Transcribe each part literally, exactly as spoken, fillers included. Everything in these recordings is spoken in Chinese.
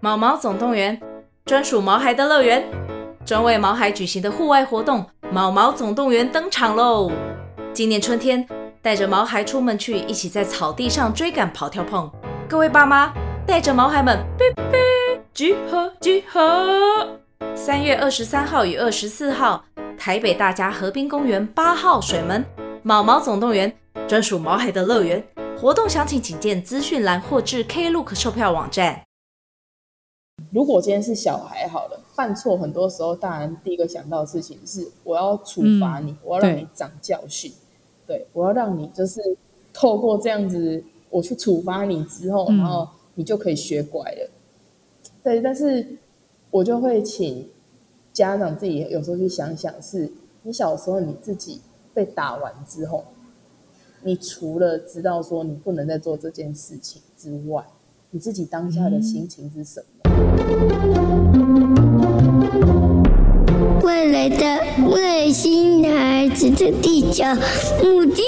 毛毛总动员，专属毛孩的乐园，专为毛孩举行的户外活动毛毛总动员登场喽！今年春天，带着毛孩出门去，一起在草地上追赶跑跳碰。各位爸妈，带着毛孩们，哔哔，集合集合！三月二十三号与二十四号，台北大家河滨公园八号水门毛毛总动员，专属毛孩的乐园。活动详情请见资讯栏或至 Klook 售票网站。 如果今天是小孩好了，犯错很多时候当然第一个想到的事情是我要处罚你、嗯、我要让你长教训， 对, 对我要让你就是透过这样子我去处罚你之后、嗯、然后你就可以学乖了。对，但是我就会请家长自己有时候去想想，是你小时候你自己被打完之后，你除了知道说你不能再做这件事情之外，你自己当下的心情是什么？ 未来的外星孩子的地球母地。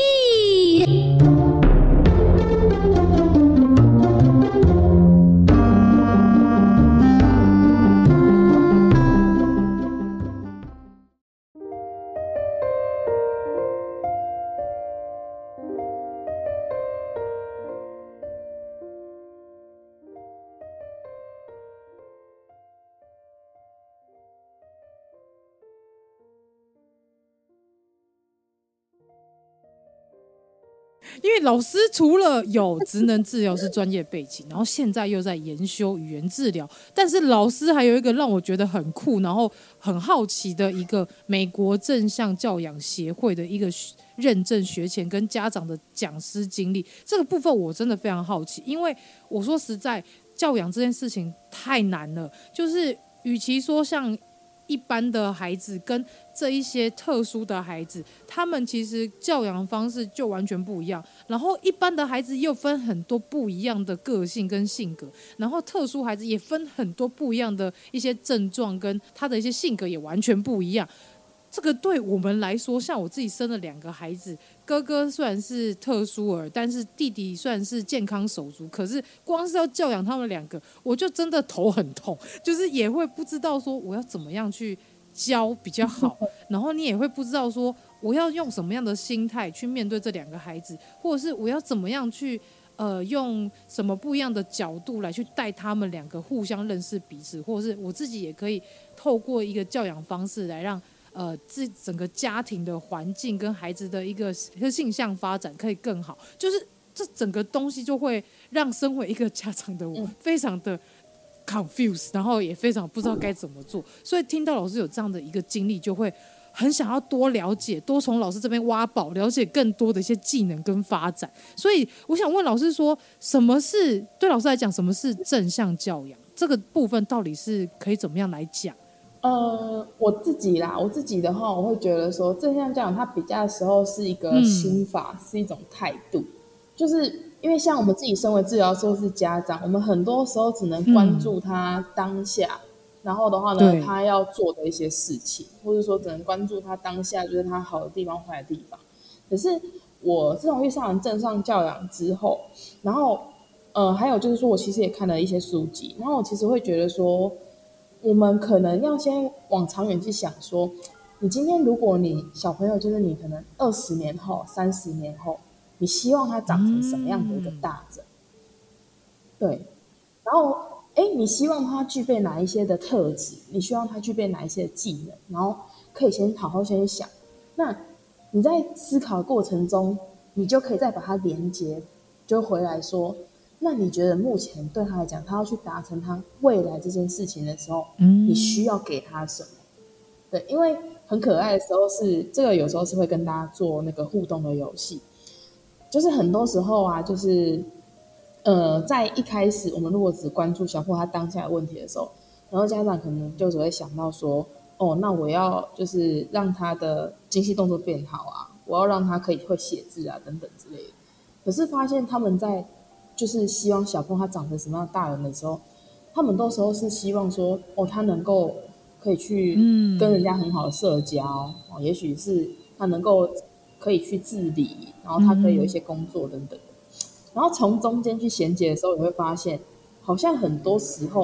因为老师除了有职能治疗师专业背景，然后现在又在研修语言治疗，但是老师还有一个让我觉得很酷，然后很好奇的一个美国正向教养协会的一个认证学前跟家长的讲师经历，这个部分我真的非常好奇。因为我说实在，教养这件事情太难了，就是与其说像一般的孩子跟这一些特殊的孩子，他们其实教养方式就完全不一样，然后一般的孩子又分很多不一样的个性跟性格，然后特殊孩子也分很多不一样的一些症状，跟他的一些性格也完全不一样。这个对我们来说，像我自己生了两个孩子，哥哥虽然是特殊儿，但是弟弟虽然是健康手足，可是光是要教养他们两个，我就真的头很痛，就是也会不知道说我要怎么样去教比较好，然后你也会不知道说我要用什么样的心态去面对这两个孩子，或者是我要怎么样去呃用什么不一样的角度来去带他们两个互相认识彼此，或者是我自己也可以透过一个教养方式来让呃，这整个家庭的环境跟孩子的一个性向发展可以更好，就是这整个东西就会让身为一个家长的我非常的 confused， 然后也非常不知道该怎么做。所以听到老师有这样的一个经历，就会很想要多了解，多从老师这边挖宝，了解更多的一些技能跟发展。所以我想问老师说，什么是对老师来讲，什么是正向教养？这个部分到底是可以怎么样来讲？ 呃，我自己啦，我自己的话，我会觉得说，正向教养它比较的时候是一个心法，嗯、是一种态度，就是因为像我们自己身为治疗师或是家长，我们很多时候只能关注他当下，嗯、然后的话呢，他要做的一些事情，或者说只能关注他当下，就是他好的地方、坏的地方。可是我自从遇上了正向教养之后，然后呃，还有就是说我其实也看了一些书籍，然后我其实会觉得说，我们可能要先往长远去想说，你今天如果你小朋友就是你可能二十年后、三十年后，你希望他长成什么样的一个大人？嗯、对，然后哎，你希望他具备哪一些的特质？你希望他具备哪一些的技能？然后可以先好好先想。那你在思考的过程中，你就可以再把它连接，就回来说。那你觉得目前对他来讲，他要去达成他未来这件事情的时候，嗯、你需要给他什么？对，因为很可爱的时候是这个，有时候是会跟大家做那个互动的游戏，就是很多时候啊，就是呃，在一开始我们如果只关注小朋友他当下的问题的时候，然后家长可能就只会想到说，哦，那我要就是让他的精细动作变好啊，我要让他可以会写字啊等等之类的。可是发现他们在就是希望小朋友他长成什么样的大人的时候，他们多时候是希望说，哦，他能够可以去跟人家很好的社交，哦，也许是他能够可以去自理，然后他可以有一些工作等等。然后从中间去衔接的时候，你会发现，好像很多时候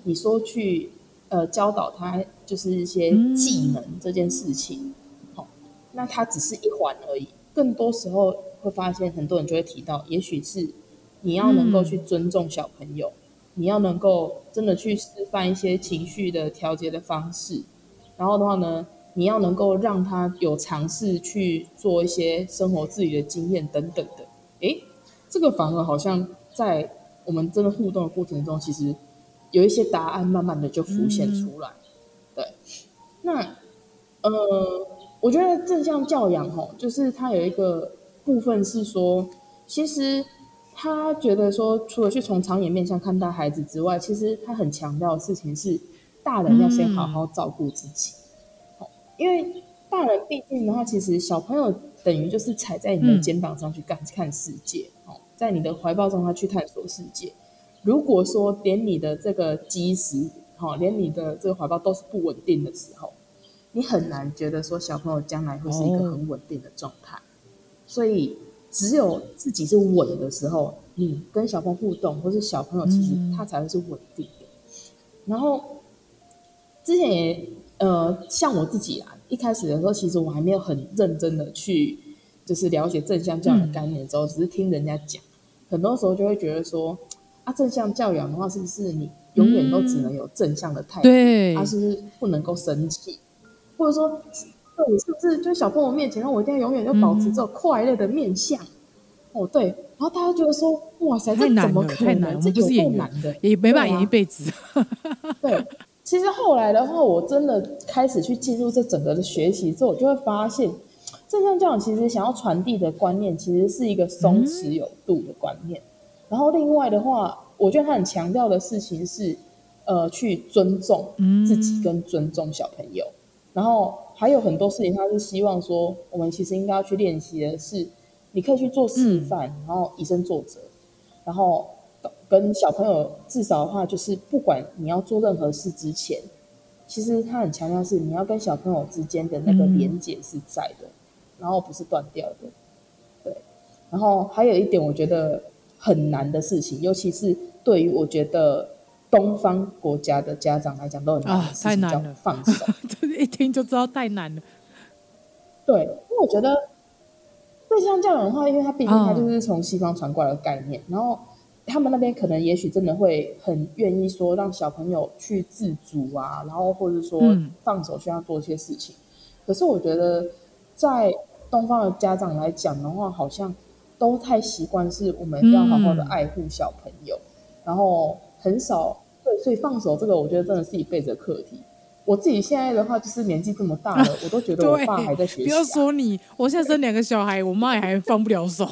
你说去呃教导他就是一些技能这件事情，好、那它只是一环而已。更多时候会发现，很多人就会提到，也许是你要能够去尊重小朋友，你要能够真的去示范一些情绪的调节的方式，然后的话呢，你要能够让他有尝试去做一些生活自理的经验等等的。诶，这个反而好像在我们真的互动的过程中，其实有一些答案慢慢的就浮现出来。对，那呃，我觉得正向教养吼，就是它有一个部分是说，其实他觉得说，除了去从长远面向看待孩子之外，其实他很强调的事情是，大人要先好好照顾自己。嗯、因为大人毕竟的话，其实小朋友等于就是踩在你的肩膀上去看看世界，哦，在你的怀抱中他去探索世界。如果说连你的这个基石，哦，连你的这个怀抱都是不稳定的时候，你很难觉得说小朋友将来会是一个很稳定的状态。哦、所以只有自己是稳的时候，你跟小朋友互动，或是小朋友其实他才会是稳定的。然后之前也呃，像我自己啦，一开始的时候，其实我还没有很认真的去就是了解正向教养的概念之后，嗯、只是听人家讲，很多时候就会觉得说，啊，正向教养的话，是不是你永远都只能有正向的态度？ 对， 啊，是不是不能够生气？或者说，对，是不是就小朋友面前，我一定要永远就保持这种快乐的面相？嗯、哦，对，然后大家觉得说，哇塞，这怎么可能？这有够难的， 也没办法演一辈子。 对、啊，其实后来的话，我真的开始去进入这整个的学习之后，我就会发现，正向教养其实想要传递的观念，其实是一个松弛有度的观念。嗯、然后另外的话，我觉得他很强调的事情是，呃，去尊重自己跟尊重小朋友。嗯、然后还有很多事情，他是希望说，我们其实应该要去练习的是，你可以去做示范，嗯、然后以身作则，然后跟小朋友至少的话，就是不管你要做任何事之前，其实他很强调是你要跟小朋友之间的那个连结是在的，嗯、然后不是断掉的。对，然后还有一点我觉得很难的事情，尤其是对于我觉得东方国家的家长来讲都很难的事情，叫放手。 一听就知道太难了。 对，因为我觉得正向教养的话，因为它毕竟它就是从西方传过来的概念，然后他们那边可能也许真的会很愿意说让小朋友去自主啊，然后或者说放手去要做一些事情。嗯、可是我觉得在东方的家长来讲的话，好像都太习惯是我们要好好的爱护小朋友，嗯、然后很少对，所以放手这个我觉得真的是一辈子的课题。我自己现在的话，就是年纪这么大了，我都觉得我爸还在学习、啊。 不要说你，我现在生两个小孩，我妈也还放不了手。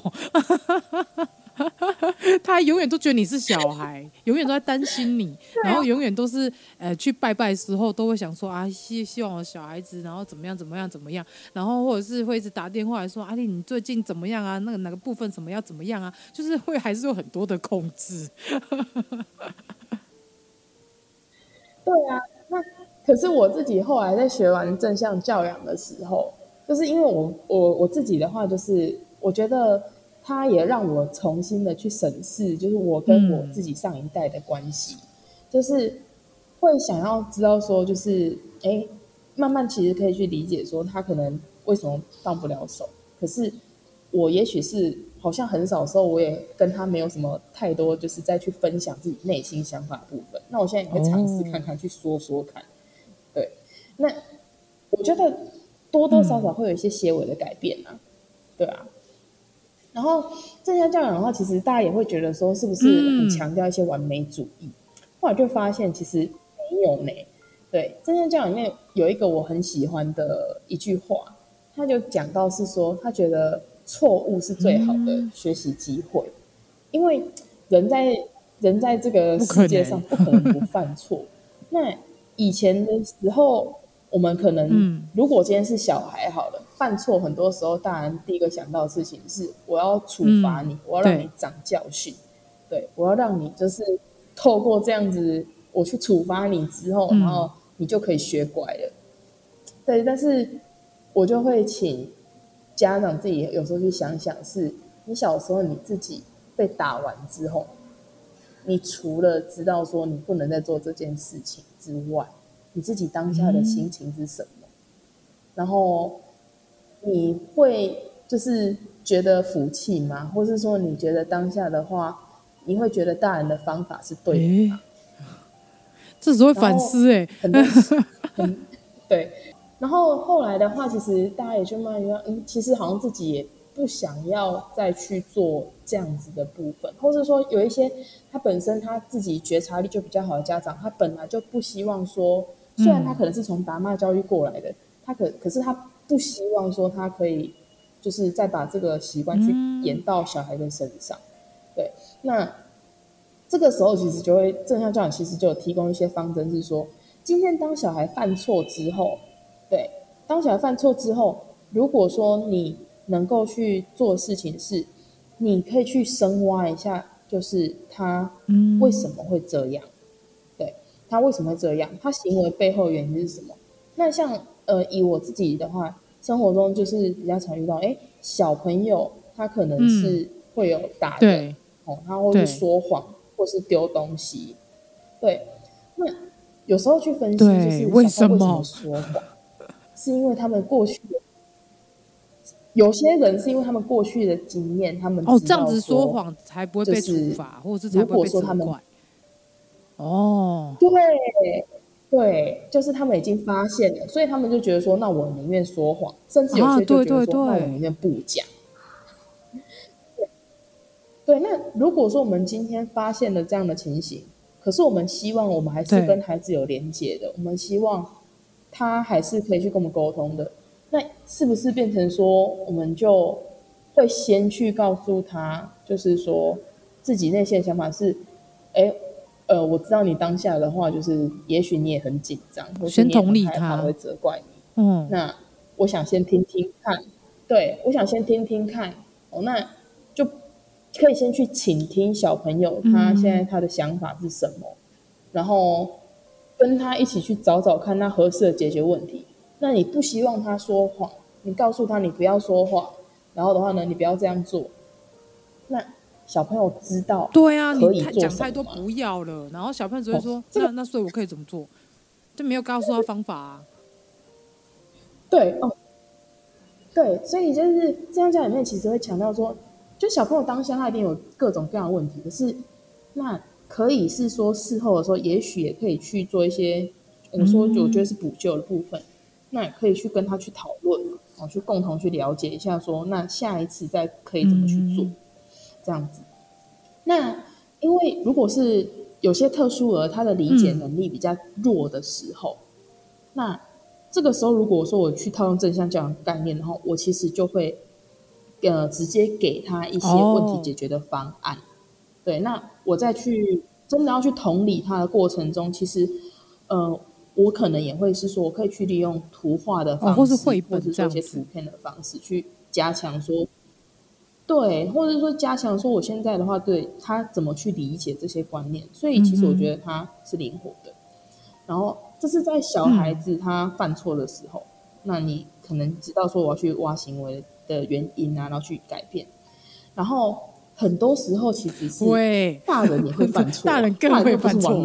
他永远都觉得你是小孩，永远都在担心你，然后永远都是呃去拜拜的时候都会想说啊，希希望我小孩子然后怎么样怎么样怎么样，然后或者是会一直打电话来说阿丽、啊、你最近怎么样啊？那个哪个部分怎么样怎么样啊？就是会还是有很多的控制。 对啊，那可是我自己后来在学完正向教养的时候，就是因为我我我自己的话，就是我觉得。他也让我重新的去审视，就是我跟我自己上一代的关系，嗯、就是会想要知道说，就是哎，慢慢其实可以去理解说他可能为什么放不了手，可是我也许是好像很少时候我也跟他没有什么太多就是再去分享自己内心想法的部分，那我现在也会尝试看看、哦、去说说看，对，那我觉得多多少少会有一些些微的改变啊，嗯、对啊。然后正向教养的话，其实大家也会觉得说，是不是很强调一些完美主义？嗯、后来就发现其实没有呢。对，正向教养里面有一个我很喜欢的一句话，他就讲到是说，他觉得错误是最好的学习机会，嗯、因为人在人在这个世界上不可能不犯错。那以前的时候。我们可能，嗯、如果今天是小孩好了，犯错很多时候，大人第一个想到的事情是，我要处罚你，嗯、我要让你长教训，对，对我要让你就是透过这样子，我去处罚你之后，嗯、然后你就可以学乖了。对，但是我就会请家长自己有时候去想想是，是你小时候你自己被打完之后， 你除了知道说你不能再做这件事情之外，你自己当下的心情是什么？嗯、然后你会就是觉得服气吗？或是说你觉得当下的话，你会觉得大人的方法是对的吗？欸、 这时候会反思哎、欸， 很多很对。然后后来的话，其实大家也就慢慢说，嗯，其实好像自己也不想要再去做这样子的部分，或者说有一些他本身他自己觉察力就比较好的家长，他本来就不希望说，虽然他可能是从爸妈教育过来的，他可可是他不希望说他可以就是再把这个习惯去延到小孩的身上。对，那这个时候其实就会正向教养其实就有提供一些方针，是说今天当小孩犯错之后，对，当小孩犯错之后，如果说你能够去做的事情是，你可以去深挖一下，就是他为什么会这样，嗯、对，他为什么会这样，他行为背后的原因是什么？那像呃，以我自己的话，生活中就是比较常遇到，哎，小朋友他可能是会有打人，嗯、哦，他会是说谎或是丢东西，对，那有时候去分析，就是为什么为什么说谎？是因为他们过去的，有些人是因为他们过去的经验，他们知道哦，这样子说谎才不会被处罚，或者是才不会被责怪。哦， 对对，就是他们已经发现了，所以他们就觉得说，那我宁愿说谎，甚至有些就觉得说，啊、对对对，那我宁愿不讲。对对，那如果说我们今天发现了这样的情形，可是我们希望我们还是跟孩子有连结的，我们希望他还是可以去跟我们沟通的，那是不是变成说我们就会先去告诉他，就是说自己内心的想法是，哎，呃，我知道你当下的话，就是也许你也很紧张，或是你也很害怕，我会责怪你。嗯，那我想先听听看，对，我想先听听看，哦，那就可以先去倾听小朋友他现在他的想法是什么，嗯、然后跟他一起去找找看他合适的解决问题。那你不希望他说谎，你告诉他你不要说谎，然后的话呢，你不要这样做。那小朋友知道对啊， 可以做什么吗？ 你讲太多不要了，然后小朋友只会说，哦这个、那那所以我可以怎么做？就没有告诉他方法啊。 对哦，对，所以就是这样教里面其实会强调说，就小朋友当下他一定有各种各样的问题，可是那可以是说事后的时候，也许也可以去做一些，我说我觉得是补救的部分。嗯，那也可以去跟他去讨论，哦，去共同去了解一下说，说那下一次再可以怎么去做，嗯、这样子。那因为如果是有些特殊儿他的理解能力比较弱的时候，嗯、那这个时候如果说我去套用正向教养概念的话，我其实就会呃直接给他一些问题解决的方案。哦、对，那我再去真的要去同理他的过程中，其实呃。我可能也会是说，我可以去利用图画的方式，哦、或是绘本，或是说一些图片的方式去加强说，对，或者说加强说，我现在的话，对他怎么去理解这些观念。所以其实我觉得他是灵活的。嗯、然后这是在小孩子他犯错的时候，嗯、那你可能知道说我要去挖行为的原因啊，然后去改变。然后很多时候其实是大人也会犯错， 大人更会犯错。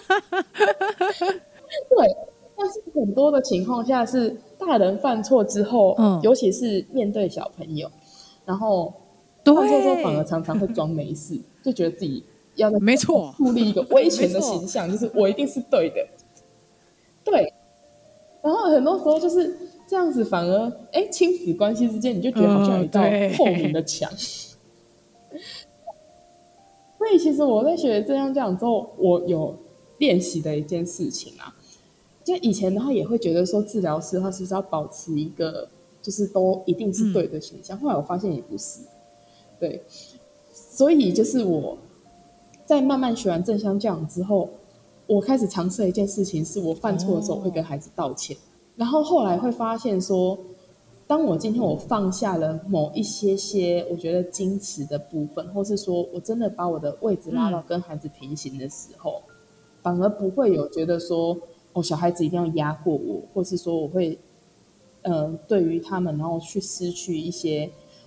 对，但是很多的情况下是大人犯错之后，嗯、尤其是面对小朋友，然后犯错之后反而常常会装没事，就觉得自己要在没错树立一个威权的形象，就是我一定是对的。对，然后很多时候就是这样子，反而哎，亲子关系之间你就觉得好像有一道透明的墙。嗯、所以其实我在学这样讲之后，我有练习的一件事情啊。就以前的话也会觉得说治疗师的话是不是要保持一个就是都一定是对的形象，嗯、后来我发现也不是，对，所以就是我在慢慢学完正向教养之后，我开始尝试一件事情，是我犯错的时候会跟孩子道歉，哦、然后后来会发现说，当我今天我放下了某一些些我觉得矜持的部分，或是说我真的把我的位置拉到跟孩子平行的时候，嗯、反而不会有觉得说哦，小孩子一定要压过我，或是说我会，呃，对于他们，然后去失去一些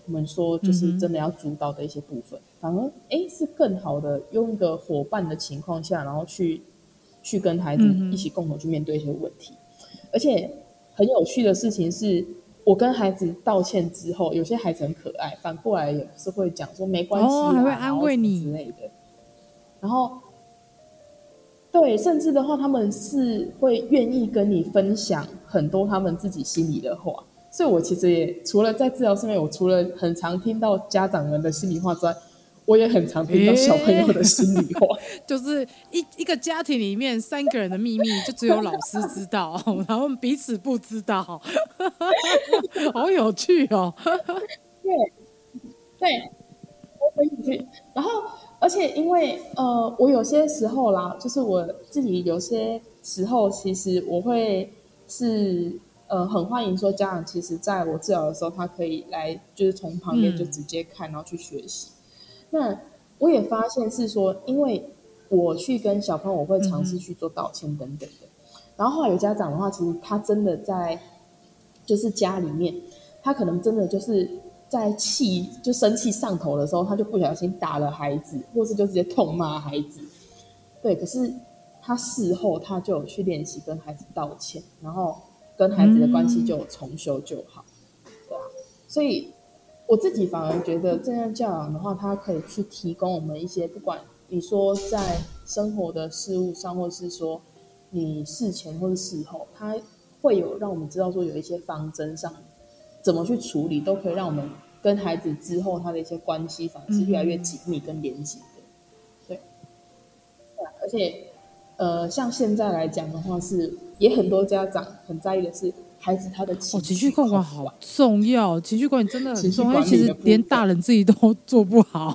我们说就是真的要主导的一些部分，嗯、反而哎是更好的用一个伙伴的情况下，然后去去跟孩子一起共同去面对一些问题。嗯、而且很有趣的事情是，我跟孩子道歉之后，有些孩子很可爱，反过来也是会讲说没关系啦， 哦，还会安慰你之类的。然后，对，甚至的话，他们是会愿意跟你分享很多他们自己心里的话。所以我其实也除了在治疗上面，我除了很常听到家长们的心里话之外，我也很常听到小朋友的心里话。 欸、就是一一个家庭里面三个人的秘密，就只有老师知道，然后彼此不知道，好有趣哦。 对，对，很有趣。然后，而且因为呃，我有些时候啦，就是我自己有些时候，其实我会是。呃，很欢迎说家长其实在我治疗的时候，他可以来就是从旁边就直接看，然后去学习。嗯、那我也发现是说，因为我去跟小朋友，我会尝试去做道歉等等的。嗯、然后后来有家长的话，其实他真的在就是家里面，他可能真的就是在气就生气上头的时候，他就不小心打了孩子，或是就直接痛骂孩子。对，可是他事后他就有去练习跟孩子道歉，然后。跟孩子的关系就有重修就好，对啊，所以我自己反而觉得正向教养的话，它可以去提供我们一些，不管你说在生活的事物上，或是说你事前或是事后，它会有让我们知道说有一些方针上怎么去处理，都可以让我们跟孩子之后他的一些关系反而是越来越紧密跟连结的，对，对啊，而且。呃，像现在来讲的话是，是也很多家长很在意的是孩子他的情绪、哦、 情绪控管好重要，情绪管理真的很重要，因为其实连大人自己都做不好。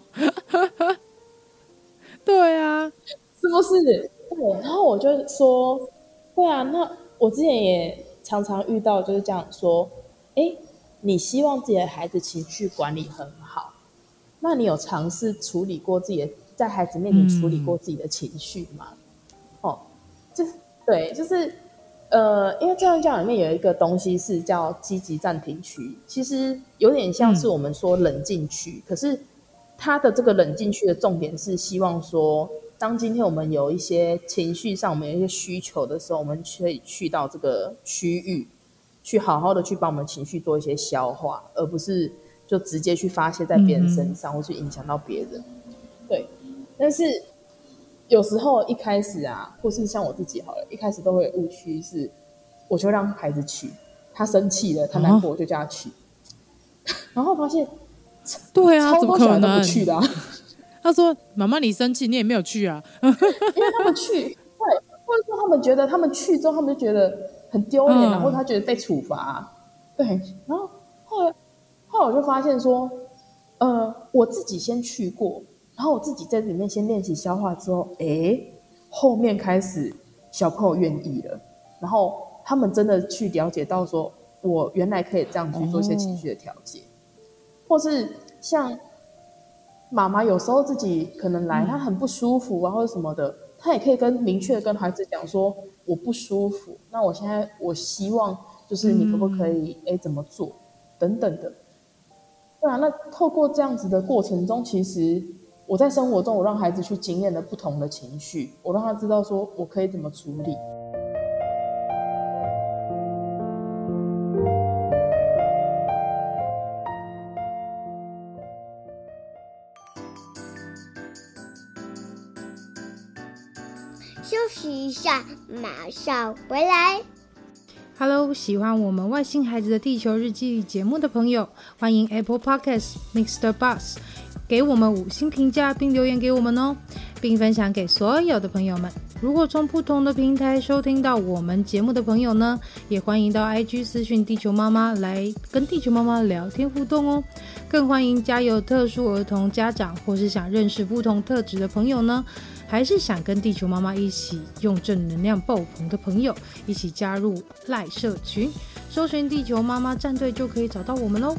对啊， 是不是？对，然后我就说，对啊，那我之前也常常遇到就是这样说，哎，你希望自己的孩子情绪管理很好，那你有尝试处理过自己的，在孩子面前处理过自己的情绪吗？嗯哦，就是对，就是呃，因为正向教养里面有一个东西是叫积极暂停区，其实有点像是我们说冷静区，嗯、可是它的这个冷静区的重点是希望说，当今天我们有一些情绪上我们有一些需求的时候，我们可以去到这个区域，去好好的去帮我们情绪做一些消化，而不是就直接去发泄在别人身上，嗯、或去影响到别人。对，但是。有时候一开始啊，或是像我自己好了，一开始都会有误区是，我就让孩子去，他生气了，他难过，我就叫他去，哦、然后发现， 对啊，怎么可能？ 不去的、啊。 他说：“妈妈，你生气，你也没有去啊。” 因为他们去，对，或者说他们觉得他们去之后，他们就觉得很丢脸，然后、嗯、他觉得被处罚，对。然后后来，后来我就发现说，呃，我自己先去过。然后我自己在里面先练习消化之后，哎，后面开始小朋友愿意了，然后他们真的去了解到说，我原来可以这样去做一些情绪的调节，哦、或是像妈妈有时候自己可能来，她很不舒服啊，或者什么的，她也可以跟明确的跟孩子讲说，我不舒服，那我现在我希望就是你可不可以哎、嗯、怎么做等等的，对啊，那透过这样子的过程中，其实。我在生活中，我让孩子去经验了不同的情绪，我让他知道说我可以怎么处理。 休息一下，马上回来。 Hello， 喜欢我们外星孩子的地球日记节目的朋友，欢迎 Apple Podcast、Mixer Bus。给我们五星评价并留言给我们哦，并分享给所有的朋友们。如果从不同的平台收听到我们节目的朋友呢，也欢迎到 I G 私讯地球妈妈来跟地球妈妈聊天互动哦。更欢迎家有特殊儿童家长或是想认识不同特质的朋友呢，还是想跟地球妈妈一起用正能量爆棚的朋友，一起加入赖社群，搜寻地球妈妈战队就可以找到我们哦。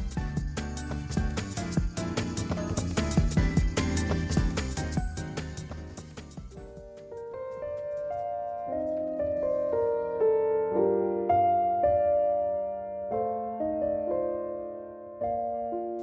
他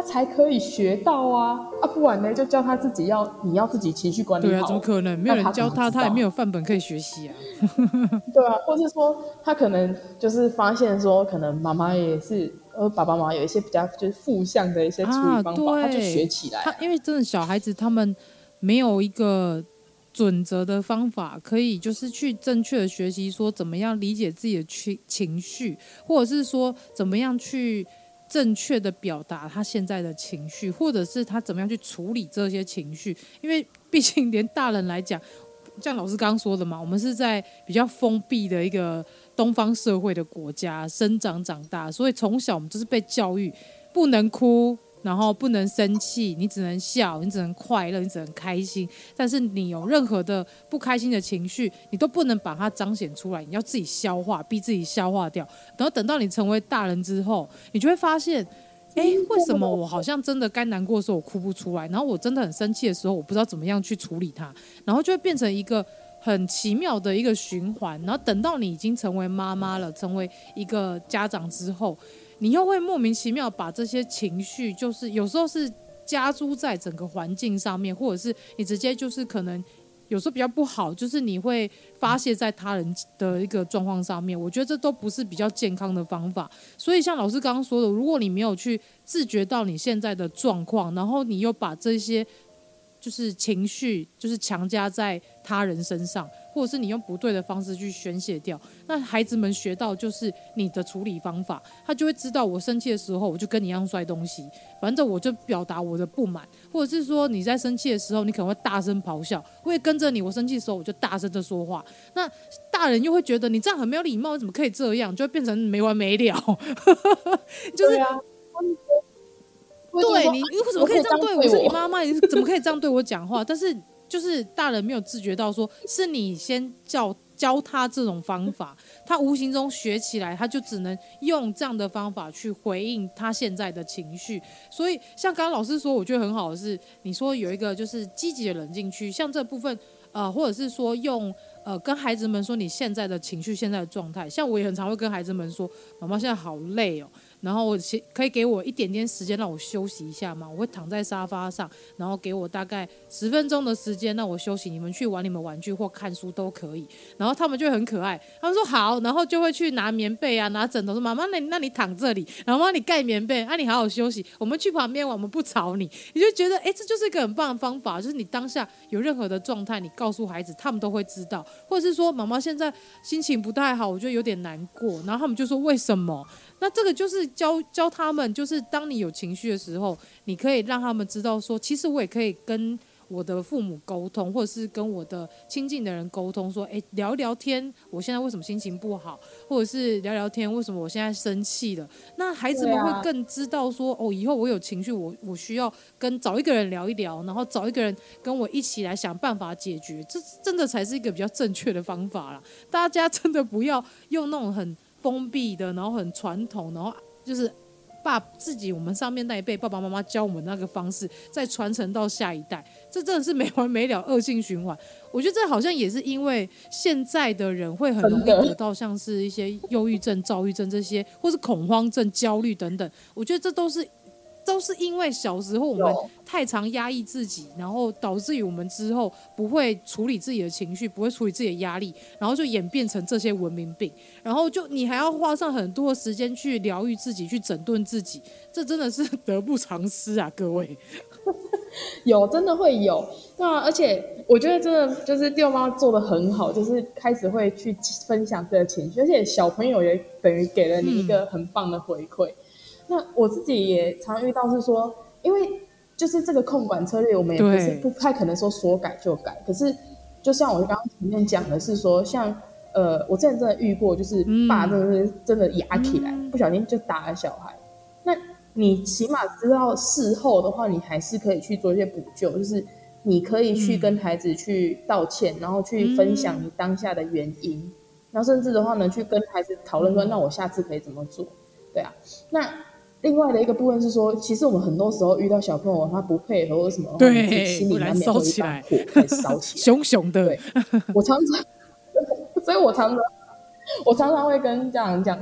才可以学到啊啊！不然呢，就叫他自己要，你要自己情绪管理好。 对啊，怎么可能？没有人教他， 他, 他也没有范本可以学习啊。 对啊，或是说他可能就是发现说，可能妈妈也是，呃，爸爸妈妈有一些比较就是负向的一些处理方法，啊、他就学起来、啊。 他因为真的小孩子他们没有一个准则的方法，可以就是去正确的学习说怎么样理解自己的情情绪，或者是说怎么样去正确的表达他现在的情绪，或者是他怎么样去处理这些情绪。因为毕竟连大人来讲，像老师刚刚说的嘛，我们是在比较封闭的一个东方社会的国家生长长大，所以从小我们就是被教育不能哭，然后不能生气，你只能笑，你只能快乐，你只能开心。但是你有任何的不开心的情绪，你都不能把它彰显出来，你要自己消化，逼自己消化掉。然后等到你成为大人之后，你就会发现，哎，为什么我好像真的该难过的时候我哭不出来，然后我真的很生气的时候我不知道怎么样去处理它，然后就会变成一个很奇妙的一个循环。然后等到你已经成为妈妈了，成为一个家长之后，你又会莫名其妙把这些情绪，就是有时候是加诸在整个环境上面，或者是你直接就是可能有时候比较不好，就是你会发泄在他人的一个状况上面。我觉得这都不是比较健康的方法。所以像老师刚刚说的，如果你没有去自觉到你现在的状况，然后你又把这些就是情绪就是强加在他人身上，或者是你用不对的方式去宣泄掉，那孩子们学到就是你的处理方法，他就会知道我生气的时候我就跟你一样摔东西，反正我就表达我的不满，或者是说你在生气的时候你可能会大声咆哮，我会跟着你，我生气的时候我就大声的说话。那大人又会觉得你这样很没有礼貌，怎么可以这样，就会变成没完没了就是、 啊、 对，你你怎么可以这样对我？我是你妈妈，你怎么可以这样对我讲话？但是就是大人没有自觉到说是你先教教他这种方法，他无形中学起来，他就只能用这样的方法去回应他现在的情绪。所以像刚刚老师说，我觉得很好的是，你说有一个就是积极的冷静区，像这部分呃，或者是说用呃跟孩子们说你现在的情绪、现在的状态。像我也很常会跟孩子们说，妈妈现在好累哦，然后我可以给我一点点时间让我休息一下吗？我会躺在沙发上，然后给我大概十分钟的时间让我休息，你们去玩你们玩具或看书都可以。然后他们就会很可爱，他们说好，然后就会去拿棉被啊，拿枕头，说妈妈，那你那你躺这里，然后妈妈你盖棉被，啊你好好休息，我们去旁边玩，我们不吵你。你就觉得哎，这就是一个很棒的方法，就是你当下有任何的状态，你告诉孩子，他们都会知道。或者是说妈妈现在心情不太好，我觉得有点难过，然后他们就说为什么？那这个就是教教他们，就是当你有情绪的时候，你可以让他们知道说，其实我也可以跟我的父母沟通，或者是跟我的亲近的人沟通，说，哎，聊聊天，我现在为什么心情不好，或者是聊聊天，为什么我现在生气了？那孩子们会更知道说，哦，以后我有情绪，我我需要跟找一个人聊一聊，然后找一个人跟我一起来想办法解决，这真的才是一个比较正确的方法啦。大家真的不要用那种很封闭的，然后很传统，然后就是把自己我们上面那一辈爸爸妈妈教我们那个方式再传承到下一代，这真的是没完没了，恶性循环。我觉得这好像也是因为现在的人会很容易得到像是一些忧郁症、躁郁症这些，或是恐慌症、焦虑等等，我觉得这都是都是因为小时候我们太常压抑自己，然后导致于我们之后不会处理自己的情绪，不会处理自己的压力，然后就演变成这些文明病，然后就你还要花上很多的时间去疗愈自己，去整顿自己，这真的是得不偿失啊，各位。 有，真的会有。那而且我觉得真的就是六妈做得很好，就是开始会去分享这个情绪，而且小朋友也等于给了你一个很棒的回馈。嗯，那我自己也常遇到是说，因为就是这个控管策略，我们也不是不太可能说说改就改。可是就像我刚刚前面讲的是说，像呃，我之前真的遇过，就是爸真的是真的压起来，嗯、不小心就打了小孩。那你起码知道事后的话，你还是可以去做一些补救，就是你可以去跟孩子去道歉，然后去分享你当下的原因，然后甚至的话呢，去跟孩子讨论说，那我下次可以怎么做？对啊，那。另外的一个部分是说，其实我们很多时候遇到小朋友他不配合或什么， 对， 心里难免会有一把火开始烧起来， 熊熊的。 对，我常常，所以我常常，我常常会跟家长讲说，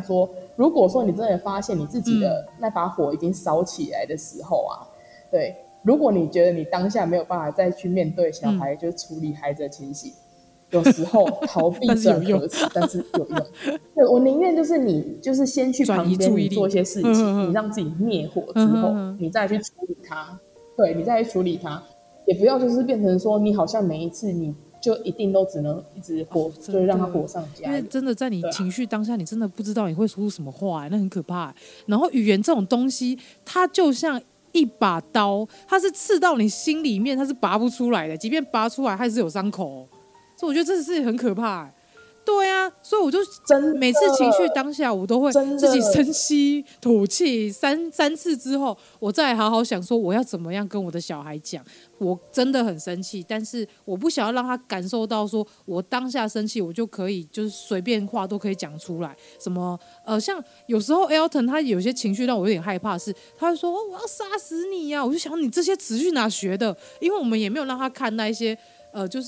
如果说你真的发现你自己的那把火已经烧起来的时候啊，对，如果你觉得你当下没有办法再去面对小孩，嗯、就是处理孩子的情绪，有时候逃避虽然可耻，但是有用。对，我宁愿就是你就是先去旁边你做一些事情，嗯嗯你让自己灭火之后，嗯嗯你再去处理它。对，你再去处理它，也不要就是变成说你好像每一次你就一定都只能一直火，哦、就是让它火上加油。 因为真的在你情绪当下，你真的不知道你会说出什么话、欸，那很可怕、欸。然后语言这种东西，它就像一把刀，它是刺到你心里面，它是拔不出来的，即便拔出来，还是有伤口、喔。所以我觉得这是很可怕、欸。对啊，所以我就每次情绪当下，我都会自己深吸吐气三三次之后，我再好好想说我要怎么样跟我的小孩讲。我真的很生气，但是我不想要让他感受到说我当下生气，我就可以就是随便话都可以讲出来。什么呃，像有时候 Elton 他有些情绪让我有点害怕，是他会说、哦、我要杀死你呀、啊，我就想你这些词去哪学的？因为我们也没有让他看那一些呃，就是。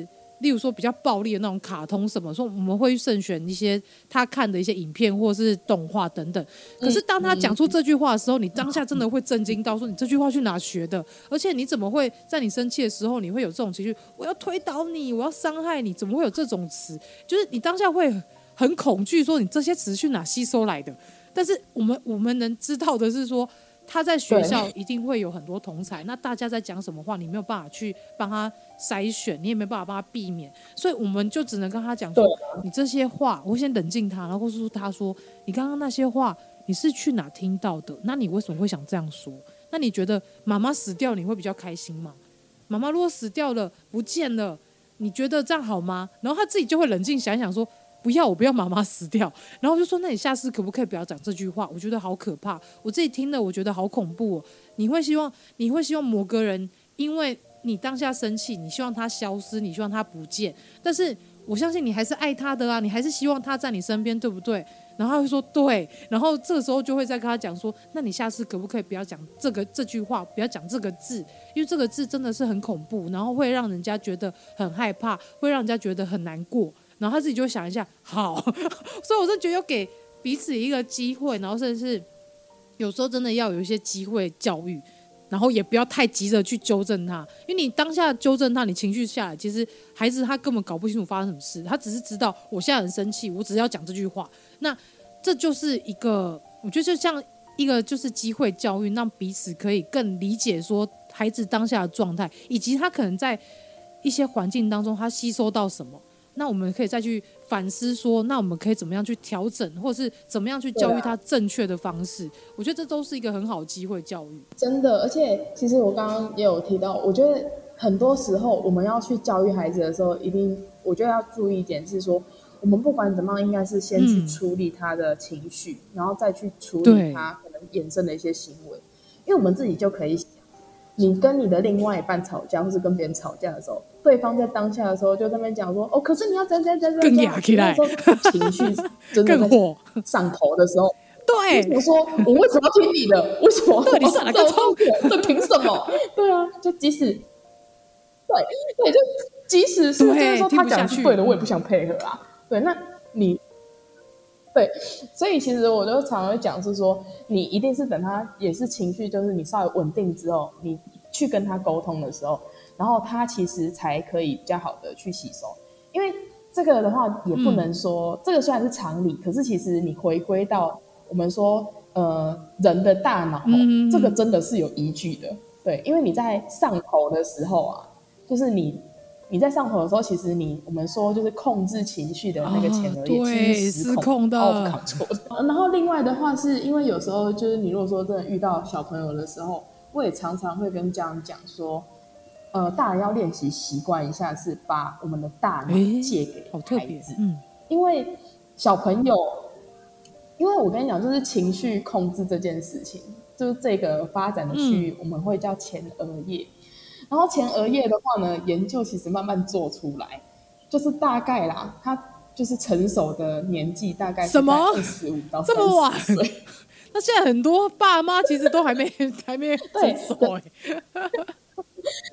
例如说比较暴力的那种卡通什么，说我们会慎选一些他看的一些影片或是动画等等。可是当他讲出这句话的时候，你当下真的会震惊到说你这句话去哪学的？而且你怎么会在你生气的时候你会有这种情绪？我要推倒你，我要伤害你，怎么会有这种词？就是你当下会很恐惧，说你这些词去哪吸收来的？但是我们我们能知道的是说。他在学校一定会有很多同侪，那大家在讲什么话，你没有办法去帮他筛选，你也没办法帮他避免，所以我们就只能跟他讲说，你这些话，我会先冷静他，然后告诉他说，你刚刚那些话你是去哪听到的？那你为什么会想这样说？那你觉得妈妈死掉你会比较开心吗？妈妈如果死掉了不见了，你觉得这样好吗？然后他自己就会冷静想一想说。不要，我不要妈妈死掉。然后我就说，那你下次可不可以不要讲这句话？我觉得好可怕，我自己听了，我觉得好恐怖哦。你会希望，你会希望某个人，因为你当下生气，你希望他消失，你希望他不见，但是我相信你还是爱他的啊，你还是希望他在你身边，对不对？然后他会说对，然后这个时候就会再跟他讲说，那你下次可不可以不要讲这个这句话，不要讲这个字，因为这个字真的是很恐怖，然后会让人家觉得很害怕，会让人家觉得很难过。然后他自己就会想一下，好，所以我是觉得要给彼此一个机会，然后甚至是有时候真的要有一些机会教育，然后也不要太急着去纠正他，因为你当下纠正他，你情绪下来，其实孩子他根本搞不清楚发生什么事，他只是知道我现在很生气，我只是要讲这句话，那这就是一个，我觉得就像一个就是机会教育，让彼此可以更理解说孩子当下的状态，以及他可能在一些环境当中他吸收到什么。那我们可以再去反思说，那我们可以怎么样去调整，或是怎么样去教育他正确的方式、啊、我觉得这都是一个很好的机会教育。 真的，而且其实我刚刚也有提到，我觉得很多时候我们要去教育孩子的时候，一定我觉得要注意一点是说，我们不管怎么样应该是先去处理他的情绪、嗯、然后再去处理他可能衍生的一些行为，因为我们自己就可以想，你跟你的另外一半吵架或是跟别人吵架的时候，对方在当下的时候就在那边讲说，哦，可是你要怎样怎样怎样， 更压起来， 情绪真的在上头的时候， 对， 我说我为什么要听你的？为什么？ 对，你上来个冲我，对，凭什么？对啊，就即使对对，就即使是就是说他讲的是对的，我也不想配合啊。对，那你对，所以其实我就常常会讲是说，你一定是等他也是情绪，就是你稍微稳定之后，你去跟他沟通的时候。然后他其实才可以比较好的去吸收，因为这个的话也不能说、嗯、这个虽然是常理，可是其实你回归到我们说呃人的大脑、嗯、这个真的是有依据的。对，因为你在上头的时候啊，就是你你在上头的时候，其实你我们说就是控制情绪的那个前额叶其实是失控的 off control。 然后另外的话是因为有时候就是你如果说真的遇到小朋友的时候，我也常常会跟家长讲说呃，大人要练习习惯一下，是把我们的大脑借给孩子、嗯、因为小朋友，因为我跟你讲，就是情绪控制这件事情，就是这个发展的区域、嗯、我们会叫前额叶。然后前额叶的话呢，研究其实慢慢做出来，就是大概啦，它就是成熟的年纪大概是在二十五到三十岁。 那现在很多爸妈其实都还没还没成熟哎。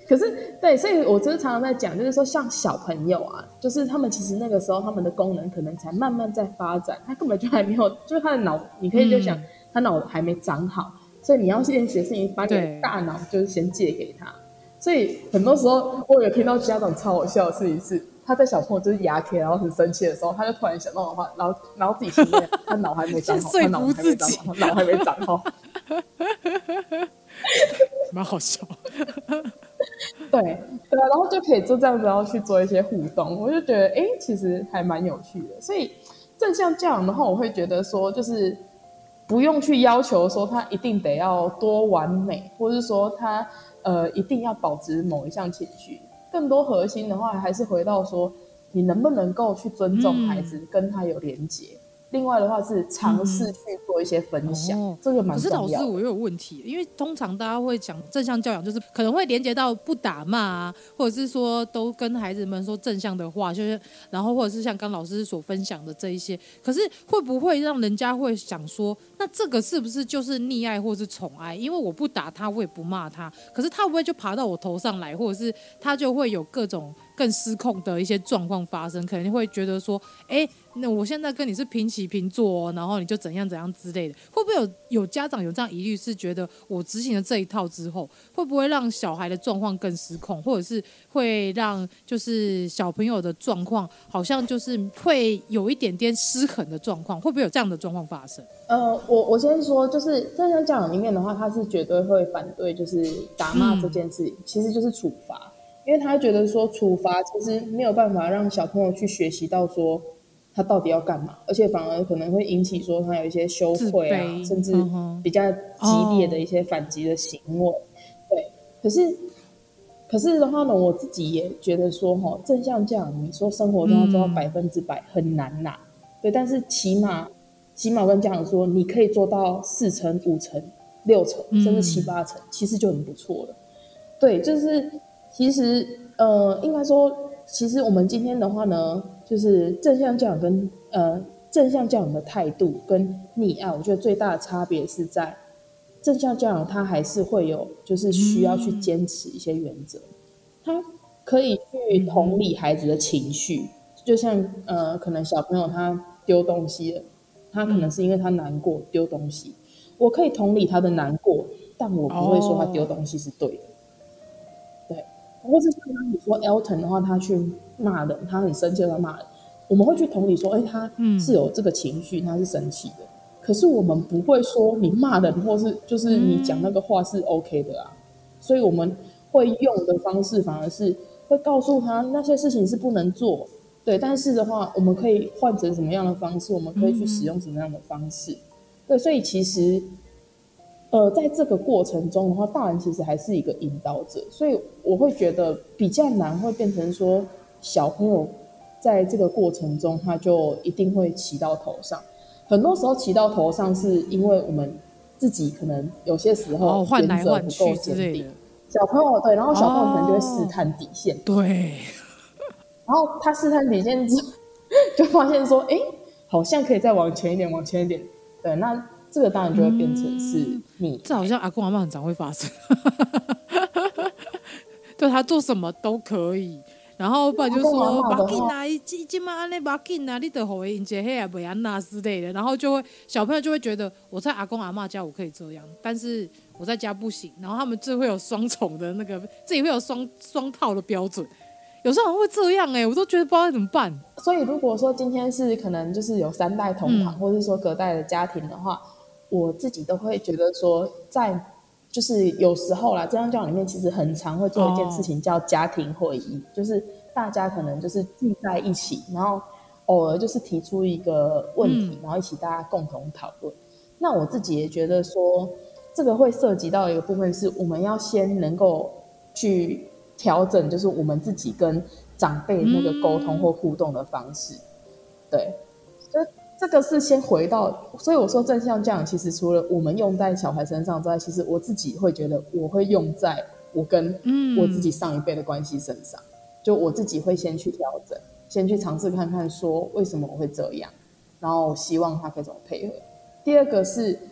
可是对，所以我就是常常在讲，就是说像小朋友啊，就是他们其实那个时候他们的功能可能才慢慢在发展，他根本就还没有，就是他的脑，你可以就想、嗯、他脑还没长好，所以你要练习的事情，把你的大脑就是先借给他。所以很多时候我有听到家长超好笑的事情是，他在小朋友就是牙贴然后很生气的时候，他就突然想到的话，然后然后自己心里面他脑还没长好，他脑还没长好，脑还没长好， 蛮好笑。 对对啊，然后就可以就这样子，然后去做一些互动，我就觉得哎，其实还蛮有趣的。所以正向教养的话，我会觉得说，就是不用去要求说他一定得要多完美，或是说他呃一定要保持某一项情绪。更多核心的话，还是回到说你能不能够去尊重孩子，嗯、跟他有连结。另外的话是尝试去做一些分享，嗯、这个蛮重要的。 可是老师，我又有问题，因为通常大家会讲正向教养，就是可能会连接到不打骂啊，或者是说都跟孩子们说正向的话，就是然后或者是像刚老师所分享的这一些，可是会不会让人家会想说，那这个是不是就是溺爱或是宠爱？因为我不打他，我也不骂他，可是他会不会就爬到我头上来，或者是他就会有各种更失控的一些状况发生，可能会觉得说，哎，那我现在跟你是平起平坐哦，然后你就怎样怎样之类的，会不会有有家长有这样疑虑，是觉得我执行了这一套之后，会不会让小孩的状况更失控，或者是会让就是小朋友的状况好像就是会有一点点失衡的状况，会不会有这样的状况发生？ 呃，我我先说，就是正向教养里面的话，他是绝对会反对就是打骂这件事情，嗯、其实就是处罚。因为他觉得说处罚其实没有办法让小朋友去学习到说他到底要干嘛，而且反而可能会引起说他有一些羞愧啊，甚至比较激烈的一些反击的行为。哦、对，可是可是的话呢，我自己也觉得说哈，正向教养你说生活中要做到百分之百很难呐、嗯，对，但是起码起码跟家长说，你可以做到四成、五成、六成，甚至七八成，其实就很不错了。对，就是。其实，呃，应该说，其实我们今天的话呢，就是正向教养跟呃正向教养的态度跟溺爱，我觉得最大的差别是在正向教养，它还是会有就是需要去坚持一些原则，它可以去同理孩子的情绪，就像呃，可能小朋友他丢东西了，他可能是因为他难过丢东西，我可以同理他的难过，但我不会说他丢东西是对的。或是像你说 Elton 的话，他去骂人，他很生气的骂人，我们会去同理说，哎，他是有这个情绪，他是生气的。可是我们不会说你骂人，或是就是你讲那个话是 OK 的啊。所以我们会用的方式反而是会告诉他那些事情是不能做，对。但是的话，我们可以换成什么样的方式？我们可以去使用什么样的方式？对，所以其实。呃，在这个过程中的话，大人其实还是一个引导者，所以我会觉得比较难，会变成说小朋友在这个过程中，他就一定会骑到头上。很多时候骑到头上，是因为我们自己可能有些时候原则不够坚定。小朋友对，然后小朋友可能就会试探底线， 哦、对。 然后他试探底线之后，就发现说，哎，好像可以再往前一点，往前一点。对，那。这个当然就会变成是你、嗯， 这好像阿公阿嬤很常会发生，对他做什么都可以，然后不然就说不要紧啊，今今晚安尼不要紧啊，你得好因这些也不安那之类的，然后就会小朋友就会觉得我在阿公阿嬤家我可以这样，但是我在家不行，然后他们就会有双重的那个，自己会有双双套的标准。有时候会这样哎、欸，我都觉得不知道怎么办。 所以如果说今天是可能就是有三代同堂，嗯、或者是说隔代的家庭的话，我自己都会觉得说，在就是有时候啦，正向教养里面其实很常会做一件事情叫家庭会议，哦、就是大家可能就是聚在一起，然后偶尔就是提出一个问题，嗯、然后一起大家共同讨论。那我自己也觉得说，这个会涉及到一个部分是我们要先能够去。调整就是我们自己跟长辈那个沟通或互动的方式，嗯、对，就这个是先回到，所以我说正向教养其实除了我们用在小孩身上之外，其实我自己会觉得我会用在我跟我自己上一辈的关系身上，嗯、就我自己会先去调整，先去尝试看看说为什么我会这样，然后希望他可以怎么配合。第二个是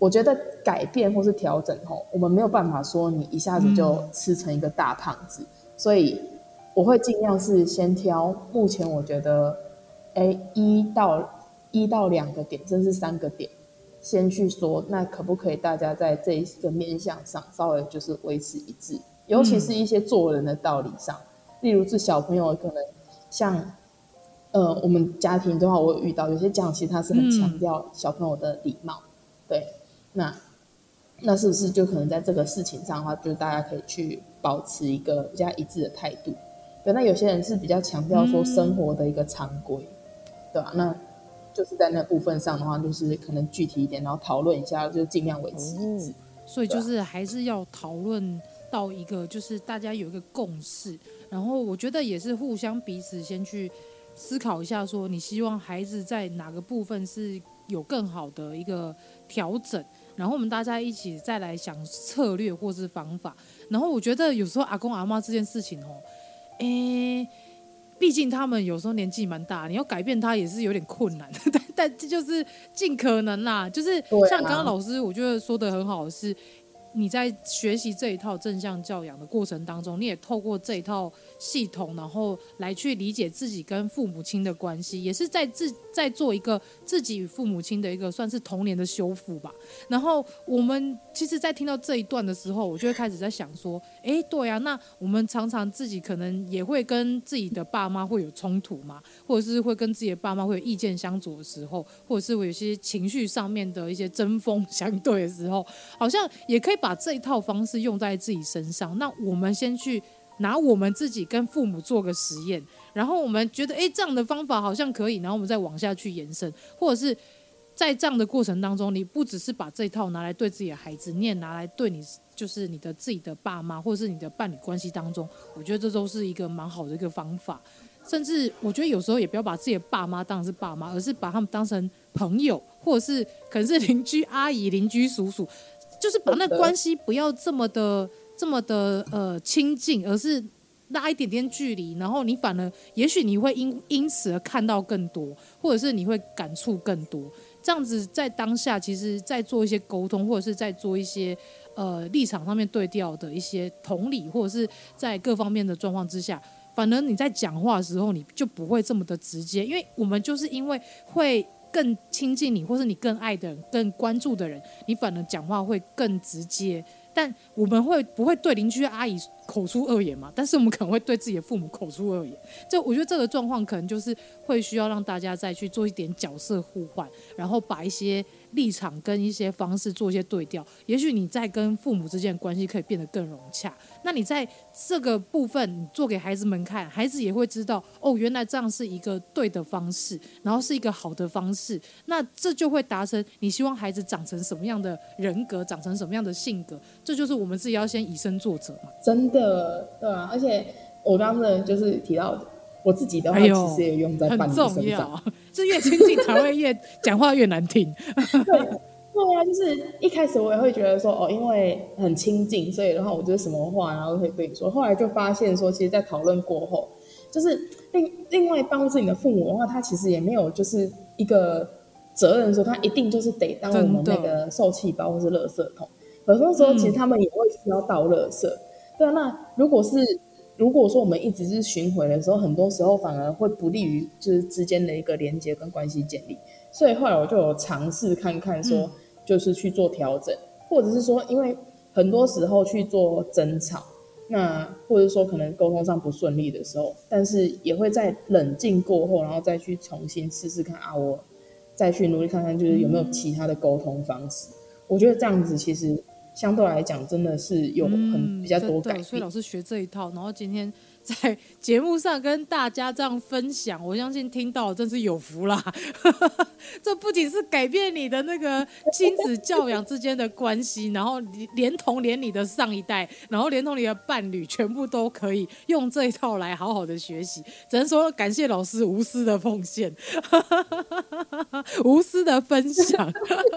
我觉得改变或是调整后，我们没有办法说你一下子就吃成一个大胖子，嗯、所以我会尽量是先挑目前我觉得，哎，一到一到两个点，甚至三个点，先去说，那可不可以大家在这一个面向上稍微就是维持一致，尤其是一些做人的道理上，嗯、例如是小朋友可能像。呃，我们家庭的话，我有遇到有些家长其实他是很强调小朋友的礼貌，嗯、对，那那是不是就可能在这个事情上的话，就是大家可以去保持一个比较一致的态度？对，那有些人是比较强调说生活的一个常规，嗯、对吧？那就是在那部分上的话，就是可能具体一点，然后讨论一下，就尽量维持一致。哦、 所以就是还是要讨论到一个，就是大家有一个共识，然后我觉得也是互相彼此先去。思考一下说你希望孩子在哪个部分是有更好的一个调整，然后我们大家一起再来想策略或是方法。然后我觉得有时候阿公阿嬷这件事情哦，诶，毕竟他们有时候年纪蛮大，你要改变他也是有点困难，但但这就是尽可能啦，就是像刚刚老师我觉得说的很好的是，你在学习这一套正向教养的过程当中，你也透过这一套系统，然后来去理解自己跟父母亲的关系，也是在自在做一个自己与父母亲的一个算是童年的修复吧。然后我们其实在听到这一段的时候，我就会开始在想说，哎，对啊，那我们常常自己可能也会跟自己的爸妈会有冲突嘛，或者是会跟自己的爸妈会有意见相左的时候，或者是会有些情绪上面的一些针锋相对的时候，好像也可以把这一套方式用在自己身上。那我们先去拿我们自己跟父母做个实验，然后我们觉得哎这样的方法好像可以，然后我们再往下去延伸，或者是在这样的过程当中，你不只是把这一套拿来对自己的孩子，你也拿来对你就是你的自己的爸妈，或者是你的伴侣关系当中，我觉得这都是一个蛮好的一个方法。甚至我觉得有时候也不要把自己的爸妈当成是爸妈，而是把他们当成朋友，或者是可能是邻居阿姨、邻居叔叔，就是把那关系不要这么的这么的呃亲近，而是拉一点点距离，然后你反而也许你会因因此而看到更多，或者是你会感触更多。这样子在当下，其实在做一些沟通，或者是在做一些呃立场上面对调的一些同理，或者是在各方面的状况之下，反而你在讲话的时候，你就不会这么的直接，因为我们就是因为会更亲近你，或是你更爱的人、更关注的人，你反而讲话会更直接。但我们会不会对邻居阿姨口出恶言嘛？但是我们可能会对自己的父母口出恶言。这我觉得这个状况可能就是会需要让大家再去做一点角色互换，然后把一些立场跟一些方式做一些对调。也许你在跟父母之间的关系可以变得更融洽。那你在这个部分你做给孩子们看，孩子也会知道哦，原来这样是一个对的方式，然后是一个好的方式。那这就会达成你希望孩子长成什么样的人格，长成什么样的性格。这就是我们自己要先以身作则嘛。 真的，对啊，而且我刚刚就是提到的，我自己的话其实也用在伴侣身上，很重要， 是越亲近才会越讲话越难听。 对，对啊，就是一开始我也会觉得说，哦，因为很亲近，所以的话我就是什么话然后可以对你说。后来就发现说，其实，在讨论过后，就是另另外帮助你的父母的话，他其实也没有就是一个责任说他一定就是得当我们那个受气包或是垃圾桶。很多时候其实他们也会需要倒垃圾，嗯、对啊。那如果是如果说我们一直是巡回的时候，很多时候反而会不利于就是之间的一个连接跟关系建立。所以后来我就有尝试看看说，就是去做调整，嗯、或者是说，因为很多时候去做争吵，那或者说可能沟通上不顺利的时候，但是也会在冷静过后，然后再去重新试试看啊，我再去努力看看，就是有没有其他的沟通方式。嗯、我觉得这样子其实。相对来讲真的是有很比较多改变， 嗯、所以老师学这一套，然后今天在节目上跟大家这样分享，我相信听到真是有福啦。这不仅是改变你的那个亲子教养之间的关系，然后连同连你的上一代，然后连同你的伴侣，全部都可以用这一套来好好的学习。只能说感谢老师无私的奉献，无私的分享。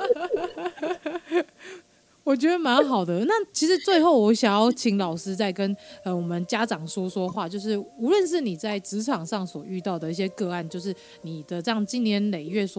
我觉得蛮好的。那其实最后我想要请老师再跟呃我们家长说说话，就是无论是你在职场上所遇到的一些个案，就是你的这样经年累月所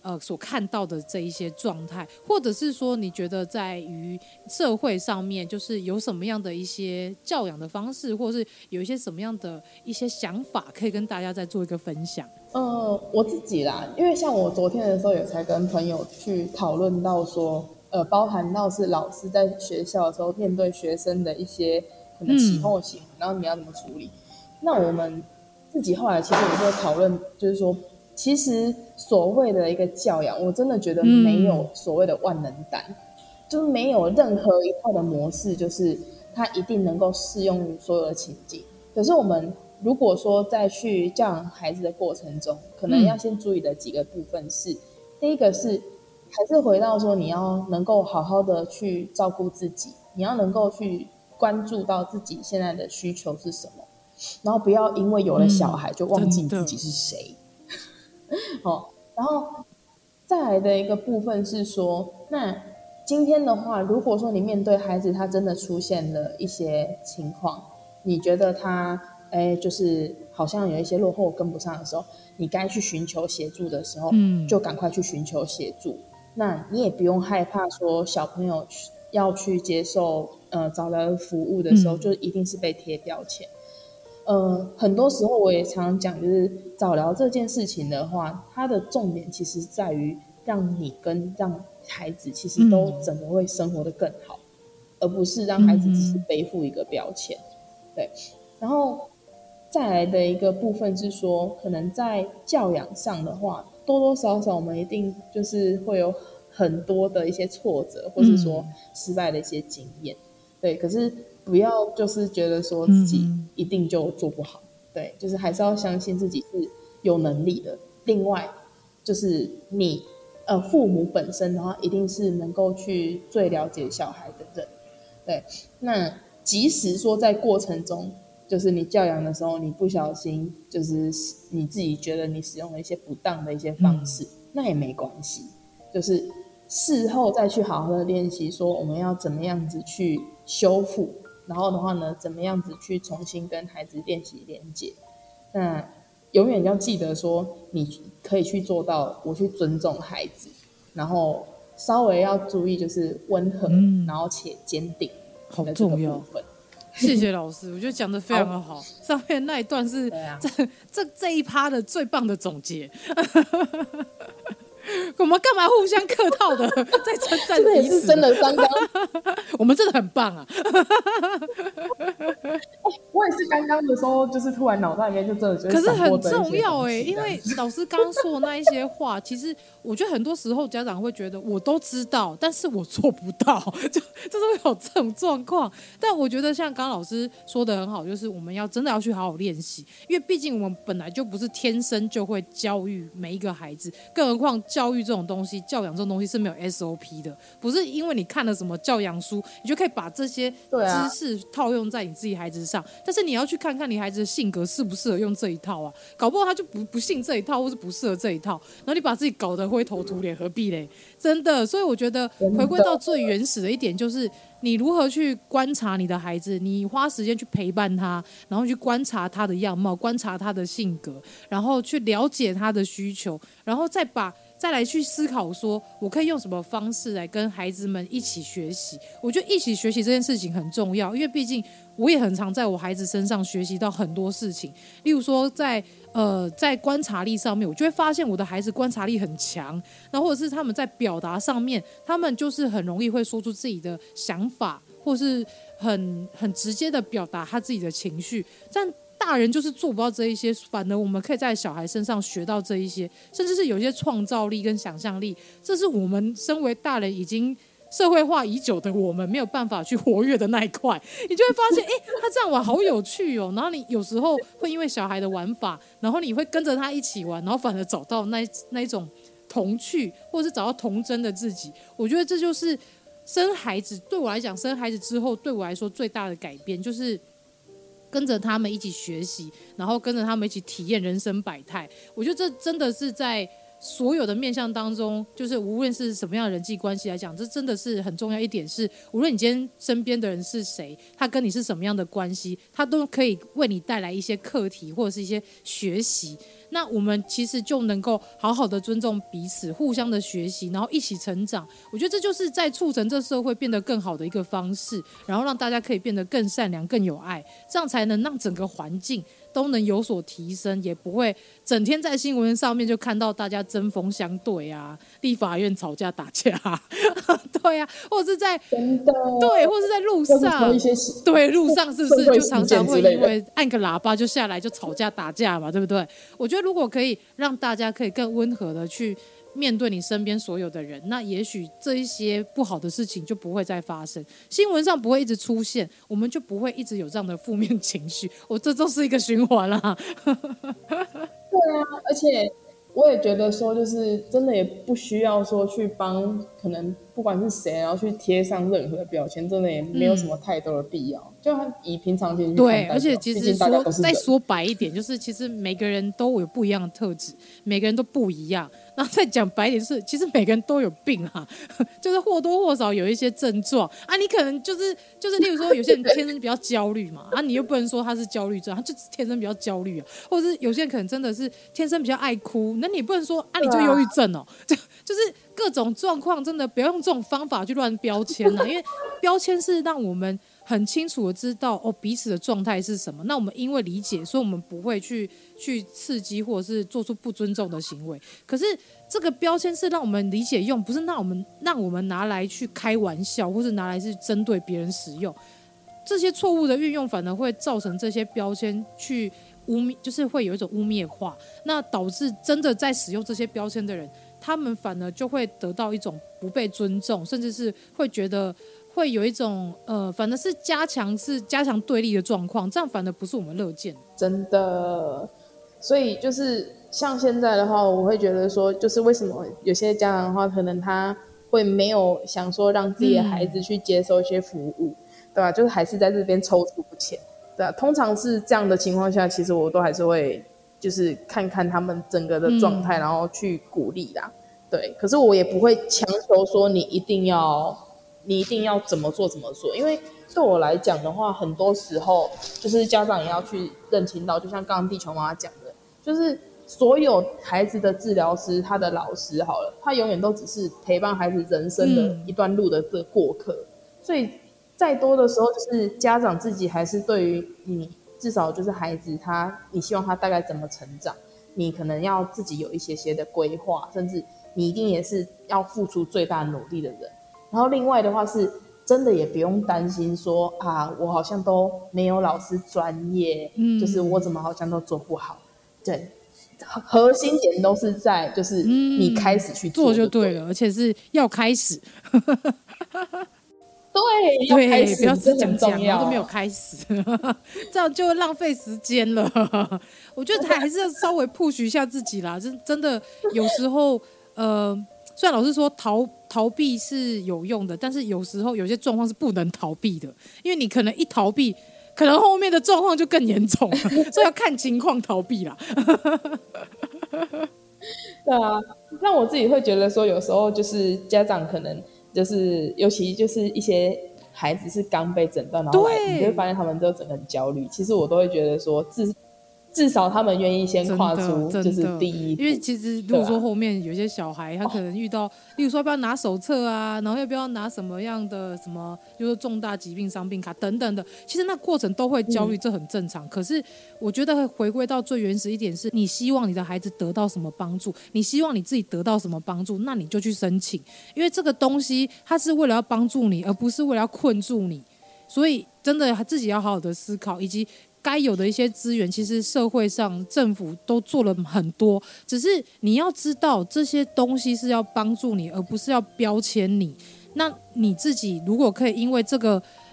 呃所看到的这一些状态，或者是说你觉得在于社会上面就是有什么样的一些教养的方式，或者是有一些什么样的一些想法可以跟大家再做一个分享？ 呃，我自己啦，因为像我昨天的时候也才跟朋友去讨论到说，呃，包含到是老师在学校的时候面对学生的一些可能起哄的行为，嗯、然后你要怎么处理？那我们自己后来其实我就讨论，就是说，其实所谓的一个教养，我真的觉得没有所谓的万能丹，嗯、就是没有任何一套的模式，就是它一定能够适用于所有的情境。可是我们如果说在去教养孩子的过程中，可能要先注意的几个部分是，嗯、第一个是还是回到说你要能够好好的去照顾自己，你要能够去关注到自己现在的需求是什么，然后不要因为有了小孩就忘记自己是谁。嗯、哦，然后再来的一个部分是说，那今天的话，如果说你面对孩子他真的出现了一些情况，你觉得他哎，就是好像有一些落后跟不上的时候，你该去寻求协助的时候，嗯，就赶快去寻求协助。那你也不用害怕说小朋友要去接受呃早疗服务的时候，嗯、就一定是被贴标签。呃，很多时候我也常常讲，就是早疗这件事情的话，它的重点其实在于让你跟让孩子其实都整个会生活得更好，嗯、而不是让孩子只是背负一个标签。对，然后再来的一个部分是说，可能在教养上的话，多多少少我们一定就是会有很多的一些挫折，或是说失败的一些经验。嗯、对，可是不要就是觉得说自己一定就做不好。嗯、对，就是还是要相信自己是有能力的。另外，就是你呃父母本身的话，一定是能够去最了解小孩的人。对，那即使说在过程中，就是你教养的时候，你不小心，就是你自己觉得你使用了一些不当的一些方式，嗯、那也没关系，就是事后再去好好的练习，说我们要怎么样子去修复，然后的话呢，怎么样子去重新跟孩子练习连接。那永远要记得说，你可以去做到，我去尊重孩子，然后稍微要注意就是温和，嗯、然后且坚定的这个部分。 谢谢老师，我觉得讲得非常的好。上面那一段是这、啊、这这一趴的最棒的总结。我们干嘛互相客套的在称赞彼此？这也是真的，刚刚我们真的很棒啊！ 我也是刚刚的时候，就是突然脑袋里面就真的觉得， 可是很重要哎、欸，因为老师刚刚说的那一些话，其实我觉得很多时候家长会觉得我都知道，但是我做不到，就就是会有这种状况。但我觉得像刚刚老师说的很好，就是我们要真的要去好好练习，因为毕竟我们本来就不是天生就会教育每一个孩子，更何况教育这种东西，教养这种东西是没有 S O P 的，不是因为你看了什么教养书，你就可以把这些知识套用在你自己孩子上。但是你要去看看你孩子的性格适不适合用这一套啊，搞不好他就不不信这一套，或是不适合这一套，然后你把自己搞得灰头土脸，何必嘞？真的，所以我觉得回归到最原始的一点，就是你如何去观察你的孩子，你花时间去陪伴他，然后去观察他的样貌，观察他的性格，然后去了解他的需求，然后再把再来去思考说我可以用什么方式来跟孩子们一起学习。我觉得一起学习这件事情很重要，因为毕竟我也很常在我孩子身上学习到很多事情。例如说在呃在观察力上面，我就会发现我的孩子观察力很强，那或者是他们在表达上面，他们就是很容易会说出自己的想法，或是很很直接的表达他自己的情绪。但大人就是做不到这一些，反而我们可以在小孩身上学到这一些，甚至是有一些创造力跟想象力，这是我们身为大人已经社会化已久的我们没有办法去活跃的那一块。你就会发现哎，他这样玩好有趣哦，然后你有时候会因为小孩的玩法，然后你会跟着他一起玩，然后反而找到那那一种童趣，或者是找到童真的自己。我觉得这就是生孩子对我来讲，生孩子之后对我来说最大的改变，就是跟着他们一起学习，然后跟着他们一起体验人生百态。我觉得这真的是在所有的面向当中，就是无论是什么样的人际关系来讲，这真的是很重要一点是，无论你今天身边的人是谁，他跟你是什么样的关系，他都可以为你带来一些课题或者是一些学习。那我们其实就能够好好的尊重彼此，互相的学习，然后一起成长。我觉得这就是在促成这社会变得更好的一个方式，然后让大家可以变得更善良、更有爱，这样才能让整个环境都能有所提升，也不会整天在新闻上面就看到大家针锋相对啊，立法院吵架打架、啊，对啊，或者是在真的对，或者是在路上，对路上是不是就常常会因为按个喇叭就下来就吵架打架嘛，对不对？我觉得如果可以让大家可以更温和的去面对你身边所有的人，那也许这一些不好的事情就不会再发生，新闻上不会一直出现，我们就不会一直有这样的负面情绪，我这都是一个循环啦。 对啊，而且我也觉得说，就是真的也不需要说去帮可能不管是谁，然后去贴上任何的标签，真的也没有什么太多的必要。嗯、就以平常心去看待。 对，而且其实说再说白一点，就是其实每个人都有不一样的特质，每个人都不一样。然后再讲白一点是，其实每个人都有病啊，就是或多或少有一些症状啊。你可能就是就是，例如说有些人天生比较焦虑嘛，啊，你又不能说他是焦虑症，他就天生比较焦虑啊。或者是有些人可能真的是天生比较爱哭，那你不能说啊你就忧郁症哦，就就是各种状况真的不要用这种方法去乱标签啊，因为标签是让我们很清楚的知道哦彼此的状态是什么，那我们因为理解，所以我们不会去去刺激或者是做出不尊重的行为。可是这个标签是让我们理解用，不是让我们让我们拿来去开玩笑，或是拿来是针对别人使用。这些错误的运用反而会造成这些标签去污蔑，就是会有一种污蔑化，那导致真的在使用这些标签的人，他们反而就会得到一种不被尊重，甚至是会觉得会有一种呃，反而是加强是加强对立的状况，这样反而不是我们乐见的。 真的，所以就是像现在的话，我会觉得说，就是为什么有些家长的话，可能他会没有想说让自己的孩子去接受一些服务，嗯、对吧？就是还是在这边踌躇不前。对啊，通常是这样的情况下，其实我都还是会就是看看他们整个的状态，嗯、然后去鼓励啦。对，可是我也不会强求说你一定要你一定要怎么做怎么做，因为对我来讲的话，很多时候就是家长也要去认清到，就像刚刚地球妈妈讲的，就是所有孩子的治疗师，他的老师好了，他永远都只是陪伴孩子人生的一段路的这过客，嗯、所以再多的时候，就是家长自己还是对于你，至少就是孩子他，你希望他大概怎么成长，你可能要自己有一些些的规划，甚至你一定也是要付出最大努力的人。然后另外的话是真的也不用担心说啊，我好像都没有老师专业，嗯、就是我怎么好像都做不好。对，核心点都是在就是你开始去做 就,、嗯、 做就对了，而且是要开始。 对，要开始， 不要只讲讲， 然后都没有开始，这样就会浪费时间了。我觉得还是要稍微 push 一下自己啦，真的有时候，呃，虽然老师说逃逃避是有用的，但是有时候有些状况是不能逃避的，因为你可能一逃避，可能后面的状况就更严重了，所以要看情况逃避啦。 对啊，那我自己会觉得说，有时候就是家长可能。就是尤其就是一些孩子是刚被诊断，然后来你就会发现他们都整个很焦虑。其实我都会觉得说，至至少他们愿意先跨出就是第一步。 因为其实如果说后面有些小孩，他可能遇到，例如说要不要拿手册啊，然后要不要拿什么样的什么，就是重大疾病伤病卡等等的，其实那过程都会焦虑，这很正常。嗯、可是我觉得回归到最原始一点是，你希望你的孩子得到什么帮助，你希望你自己得到什么帮助，那你就去申请，因为这个东西它是为了要帮助你，而不是为了要困住你。所以真的自己要好好的思考，以及该有的一些资源，其实社会上政府都做了很多，只是你要知道这些东西是要帮助你，而不是要标签你。那你自己如果可以因为这个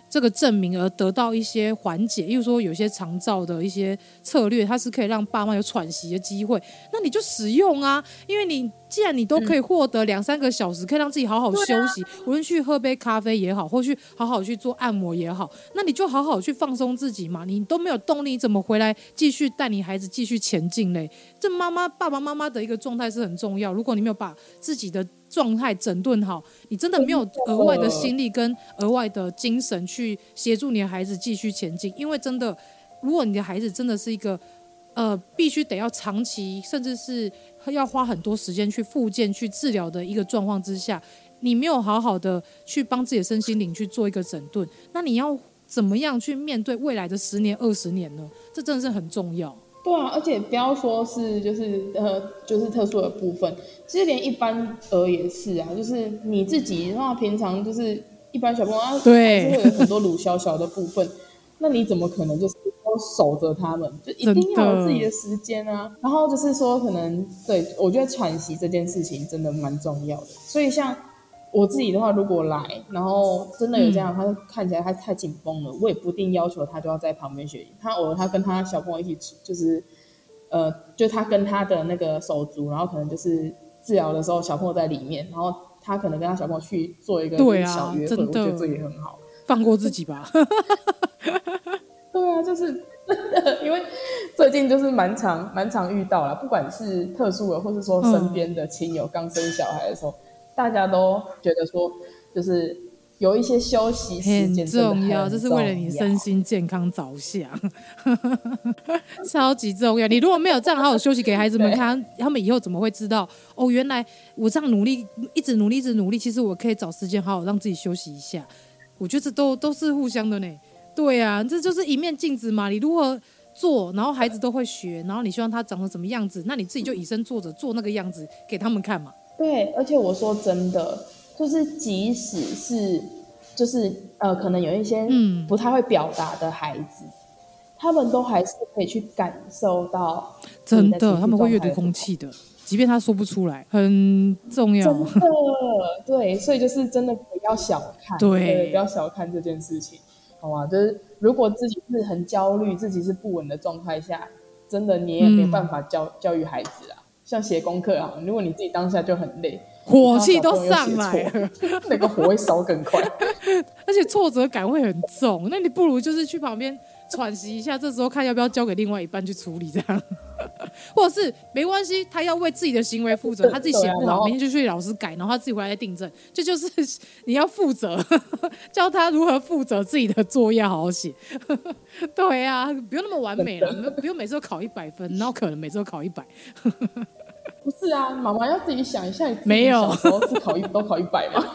这个证明而得到一些缓解，例如说有些长照的一些策略，它是可以让爸妈有喘息的机会，那你就使用啊，因为你既然你都可以获得两三个小时，可以让自己好好休息，无论去喝杯咖啡也好，或去好好去做按摩也好，那你就好好去放松自己嘛。你都没有动力，怎么回来继续带你孩子继续前进嘞？这妈妈爸爸妈妈的一个状态是很重要。如果你没有把自己的状态整顿好，你真的没有额外的心力跟额外的精神去协助你的孩子继续前进。因为真的，如果你的孩子真的是一个呃，必须得要长期，甚至是要花很多时间去复健、去治疗的一个状况之下，你没有好好的去帮自己的身心灵去做一个整顿，那你要怎么样去面对未来的十年、二十年呢？这真的是很重要。 对啊，而且不要说是就是呃就是特殊的部分，其实连一般儿也是啊，就是你自己的话，平常就是一般小朋友，对，还是会有很多鲁小小的部分，那你怎么可能就是都守着他们？就一定要有自己的时间啊。然后就是说，可能对我觉得喘息这件事情真的蛮重要的，所以像我自己的话，如果来，然后真的有这样，他看起来他太紧绷了，我也不一定要求他就要在旁边学习。他偶尔他跟他小朋友一起，就是呃，就他跟他的那个手足，然后可能就是治疗的时候，小朋友在里面，然后他可能跟他小朋友去做一个小约会，我觉得这也很好。 放过自己吧。 对啊，就是因为最近就是蛮常蛮常遇到啦，不管是特殊的，或是说身边的亲友刚生小孩的时候。嗯，大家都觉得说，就是有一些休息时间真的很重要， 这是为了你身心健康着想，超级重要。你如果没有这样好好休息给孩子们看，他们以后怎么会知道哦？原来我这样努力，一直努力，一直努力，其实我可以找时间好好让自己休息一下。我觉得这都都是互相的呢。对啊，这就是一面镜子嘛。你如何做，然后孩子都会学，然后你希望他长成什么样子，那你自己就以身作则，做那个样子给他们看嘛。 对，而且我说真的，就是即使是就是呃，可能有一些不太会表达的孩子，嗯，他们都还是可以去感受到真的，他们会阅读空气的，即便他说不出来，很重要。 真的，对，所以就是真的不要小看，对，对，不要小看这件事情，好吗？就是如果自己是很焦虑，自己是不稳的状态下，真的你也没办法教、嗯、教育孩子啊。像写功课啊，如果你自己当下就很累， 火气都上来了， 那个火会烧更快， 而且挫折感会很重。那你不如就是去旁边喘息一下，这时候看要不要交给另外一半去处理，这样，或者是没关系，他要为自己的行为负责，他自己写不好，明天就去老师改，然后他自己回来再订正，这就是你要负责，教他如何负责自己的作业，好好写。对啊，不用那么完美了，不用每次都考一百分，然后可能每次都考一百。 不是啊，妈妈要自己想一下，你自己小时候是考一都考一百吗？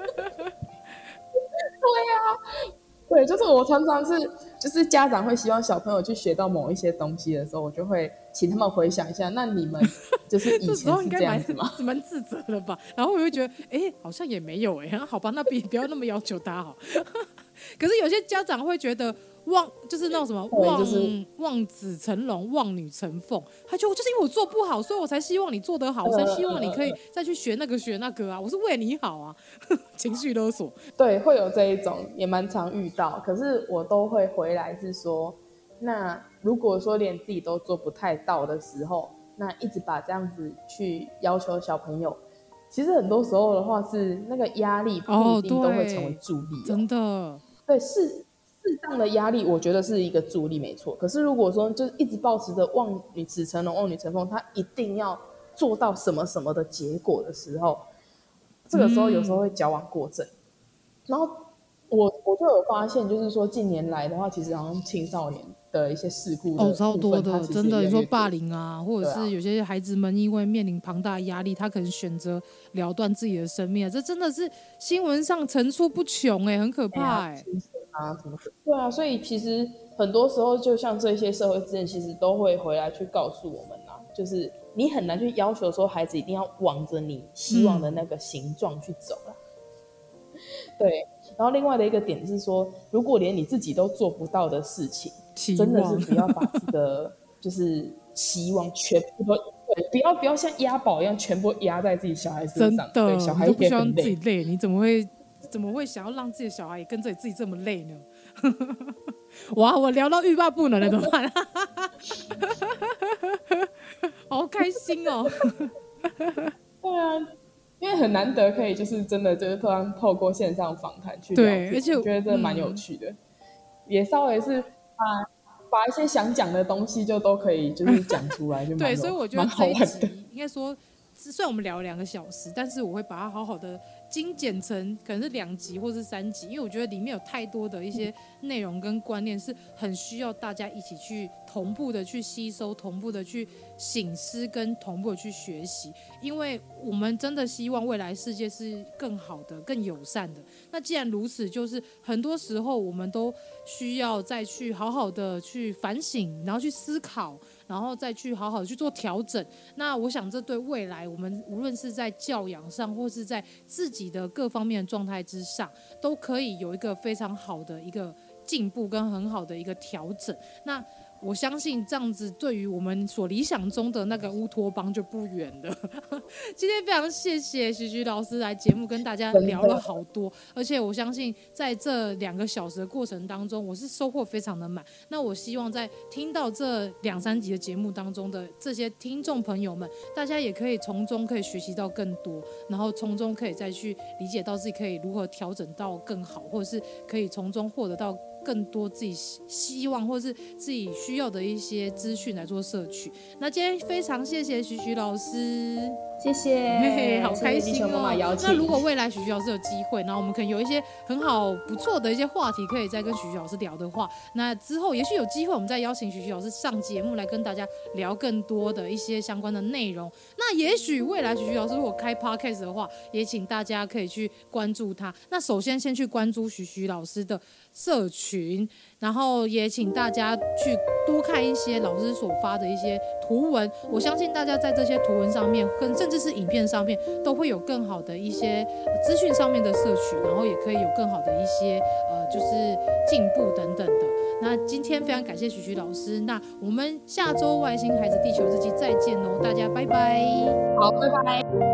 对啊，对，就是我常常是，就是家长会希望小朋友去学到某一些东西的时候，我就会请他们回想一下，那你们就是以前是这样子吗？ 这蛮自责的吧？然后我会觉得，哎、欸，好像也没有哎、欸，好吧，那比不要那么要求他好。可是有些家长会觉得。望就是那种什么望、就是、望子成龙，望女成凤。他就就是因为我做不好，所以我才希望你做得好，我才希望你可以再去学那个学那个啊。我是为了你好啊，情绪勒索。 对，会有这一种，也蛮常遇到。可是我都会回来是说，那如果说连自己都做不太到的时候，那一直把这样子去要求小朋友，其实很多时候的话是那个压力不一定都会成为助力、哦哦、 真的。 对，是。适当的压力我觉得是一个助力没错，可是如果说就一直抱持着望女子成龙望女成凤，他一定要做到什么什么的结果的时候，这个时候有时候会矫枉过正、嗯、然后我我就有发现，就是说近年来的话，其实好像青少年的一些事故的哦，超多的，真的，你说霸凌啊，或者是有些孩子们因为面临庞大压力，他可能选择了断自己的生命、啊，这真的是新闻上层出不穷哎、欸，很可怕哎、欸。 啊，什么对啊，所以其实很多时候，就像这些社会资源，其实都会回来去告诉我们啊，就是你很难去要求说孩子一定要往着你希望的那个形状去走啦、嗯、对。然后另外的一个点是说，如果连你自己都做不到的事情，真的是不要把这个就是希望全部都对，不要不要像押宝一样全部压在自己小孩身上。 真的， 对，小孩你都不希望自己累，你怎么会怎么会想要让自己的小孩也跟着自己这么累呢？哇，我聊到欲罢不能了，怎么办？好开心哦！ 对啊，因为很难得可以就是真的就是突然透过线上访谈去聊天， 对，而且我觉得真的蛮有趣的，嗯、也稍微是把把一些想讲的东西就都可以就是讲出来，就对，所以我觉得这一集应该说，虽然我们聊了两个小时，但是我会把它好好的精简成可能是两集或是三集，因为我觉得里面有太多的一些内容跟观念是很需要大家一起去同步的去吸收，同步的去省思跟同步的去学习，因为我们真的希望未来世界是更好的更友善的。那既然如此，就是很多时候我们都需要再去好好的去反省，然后去思考，然后再去好好的去做调整。那我想这对未来我们无论是在教养上或是在自己的各方面的状态之上，都可以有一个非常好的一个进步跟很好的一个调整。那我相信这样子对于我们所理想中的那个乌托邦就不远了。今天非常谢谢徐徐老师来节目跟大家聊了好多，而且我相信在这两个小时的过程当中，我是收获非常的满。那我希望在听到这两三集的节目当中的这些听众朋友们，大家也可以从中可以学习到更多，然后从中可以再去理解到自己可以如何调整到更好，或者是可以从中获得到更多自己希望或是自己需要的一些资讯来做摄取。那今天非常谢谢徐徐老师， 谢谢， 嘿嘿，好开心哦！ 那如果未来徐徐老师有机会，然后我们可能有一些很好不错的一些话题可以再跟徐徐老师聊的话，那之后也许有机会我们再邀请徐徐老师上节目来跟大家聊更多的一些相关的内容。那也许未来徐徐老师如果开 podcast 的话，也请大家可以去关注他。那首先先去关注徐徐老师的社群，然后也请大家去多看一些老师所发的一些图文，我相信大家在这些图文上面跟甚至是影片上面都会有更好的一些资讯上面的摄取，然后也可以有更好的一些呃就是进步等等的。那今天非常感谢徐徐老师，那我们下周外星孩子地球日记再见哦，大家拜拜。 好，拜拜。